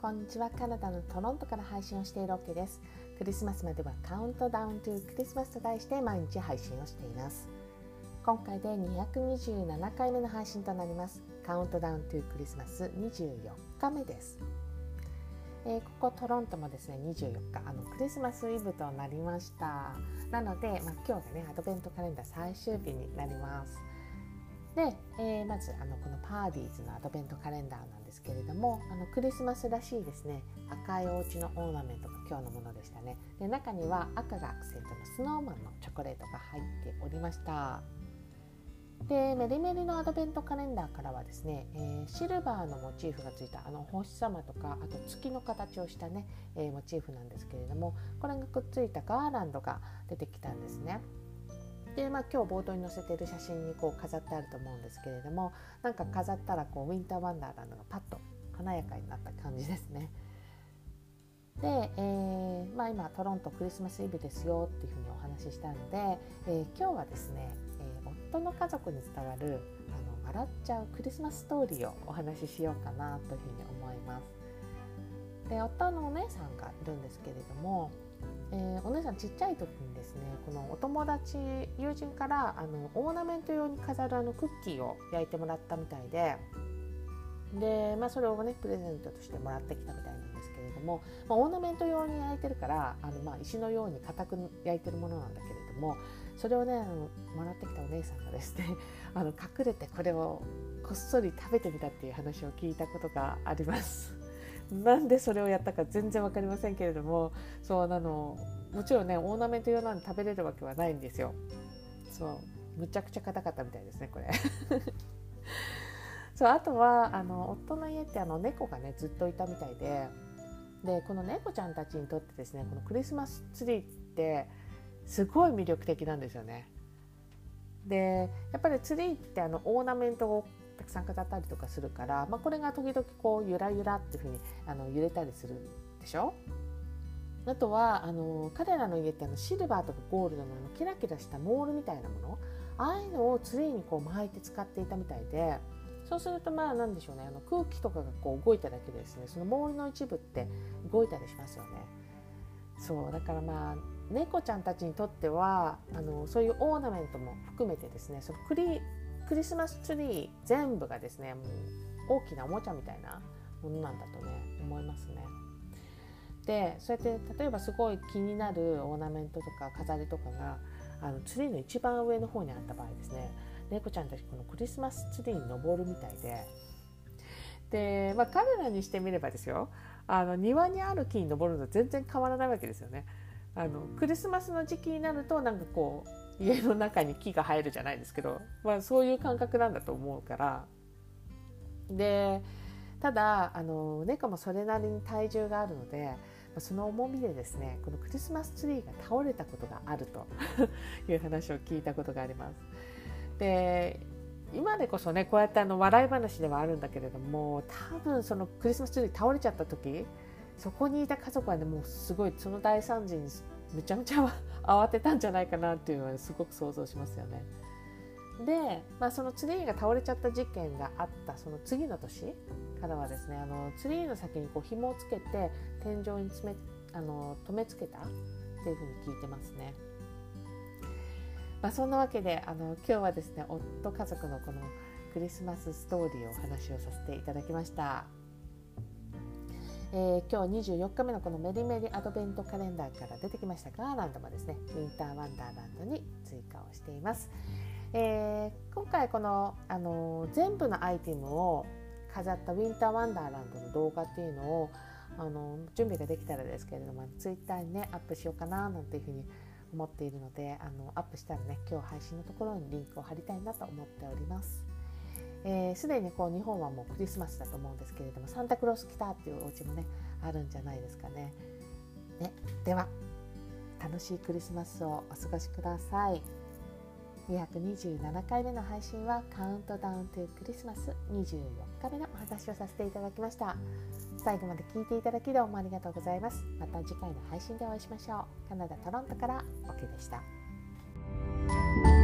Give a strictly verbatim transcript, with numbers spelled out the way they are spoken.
こんにちは。カナダのトロントから配信をしている OK です。クリスマスまではカウントダウントゥクリスマスと題して毎日配信をしています。今回でにひゃくにじゅうななかいめの配信となります。カウントダウントゥクリスマスにじゅうよっかめです。えー、ここトロントもですねにじゅうよっかあのクリスマスイブとなりました。なので、まあ、今日がねアドベントカレンダー最終日になります。で、えー、まずあのこのパーディーズのアドベントカレンダーなんですけれども、あのクリスマスらしいですね赤いお家のオーナメントが今日のものでしたね。で、中には赤がアクセントのスノーマンのチョコレートが入っておりました。で、メリメリのアドベントカレンダーからはですね、えー、シルバーのモチーフがついたあの星様とか、あと月の形をしたね、えー、モチーフなんですけれども、これがくっついたガーランドが出てきたんですね。で、まあ、今日冒頭に載せている写真にこう飾ってあると思うんですけれども、なんか飾ったらこうウィンターワンダーランドがパッと華やかになった感じですね。で、えーまあ、今トロントクリスマスイブですよっていうふうにお話ししたので、えー、今日はですね、えー、夫の家族に伝わるあの笑っちゃうクリスマスストーリーをお話ししようかなというふうに思います。で、夫のお姉さんがいるんですけれども、えー、お姉さんちっちゃい時にですね、このお友達友人からあのオーナメント用に飾るあのクッキーを焼いてもらったみたいで、で、まあ、それをねプレゼントとしてもらってきたみたいなんですけれども、まあ、オーナメント用に焼いてるからあの、まあ、石のように固く焼いてるものなんだけれども、それをねあのもらってきたお姉さんがですねあの隠れてこれをこっそり食べてみたっていう話を聞いたことがありますなんでそれをやったか全然わかりませんけれども、そうなのもちろんねオーナメント用なんで食べれるわけはないんですよ。そうむちゃくちゃ硬かったみたいですねこれそう、あとはあの夫の家ってあの猫がねずっといたみたいで、でこの猫ちゃんたちにとってですねこのクリスマスツリーってすごい魅力的なんですよね。でやっぱりツリーってあのオーナメントをたくさん飾ったりとかするから、まあ、これが時々こうゆらゆらっていう風にあの揺れたりするでしょ。あとはあの彼らの家ってあのシルバーとかゴールドのあのキラキラしたモールみたいなもの、ああいうのをツリーにこう巻いて使っていたみたいで、そうするとまあなんでしょうね、あの空気とかがこう動いただけでですね、そのモールの一部って動いたりしますよね。そうだからまあ猫ちゃんたちにとってはあのそういうオーナメントも含めてですね、そのクリクリスマスツリー全部がですねもう大きなおもちゃみたいなものなんだとね思いますね。でそうやって例えばすごい気になるオーナメントとか飾りとかがあのツリーの一番上の方にあった場合ですね、猫ちゃんたちこのクリスマスツリーに登るみたいで、で、まあ、彼らにしてみればですよ、あの庭にある木に登るのと全然変わらないわけですよね。あのクリスマスの時期になるとなんかこう家の中に木が生えるじゃないですけど、まあ、そういう感覚なんだと思うから。でただあの猫もそれなりに体重があるので、その重みでですねこのクリスマスツリーが倒れたことがあるという話を聞いたことがあります。で今でこそねこうやってあの笑い話ではあるんだけれども、多分そのクリスマスツリー倒れちゃった時、そこにいた家族はねもうすごいその大惨事にめちゃめちゃ慌てたんじゃないかなっていうのはすごく想像しますよね。で、まあ、そのツリーが倒れちゃった事件があったその次の年からはですね、あのツリーの先にこう紐をつけて天井に詰めあの留めつけたっていうふうに聞いてますね。まあ、そんなわけであの今日はですね夫家族のこのクリスマスストーリーをお話をさせていただきました。えー、今日にじゅうよっかめのこのメリメリアドベントカレンダーから出てきましたガーランドもですねウィンターワンダーランドに追加をしています。えー、今回この、あのー、全部のアイテムを飾ったウィンターワンダーランドの動画っていうのを、あのー、準備ができたらですけれどもツイッターにねアップしようかななんていうふうに思っているので、あのアップしたらね今日配信のところにリンクを貼りたいなと思っております。えー、すでにこう日本はもうクリスマスだと思うんですけれども、サンタクロース来たっていうお家もねあるんじゃないですかね。ね、では楽しいクリスマスをお過ごしください。にひゃくにじゅうななかいめの配信はカウントダウントゥクリスマスにじゅうよっかめのお話をさせていただきました。最後まで聞いていただきどうもありがとうございます。また次回の配信でお会いしましょう。カナダ・トロントから OK でした。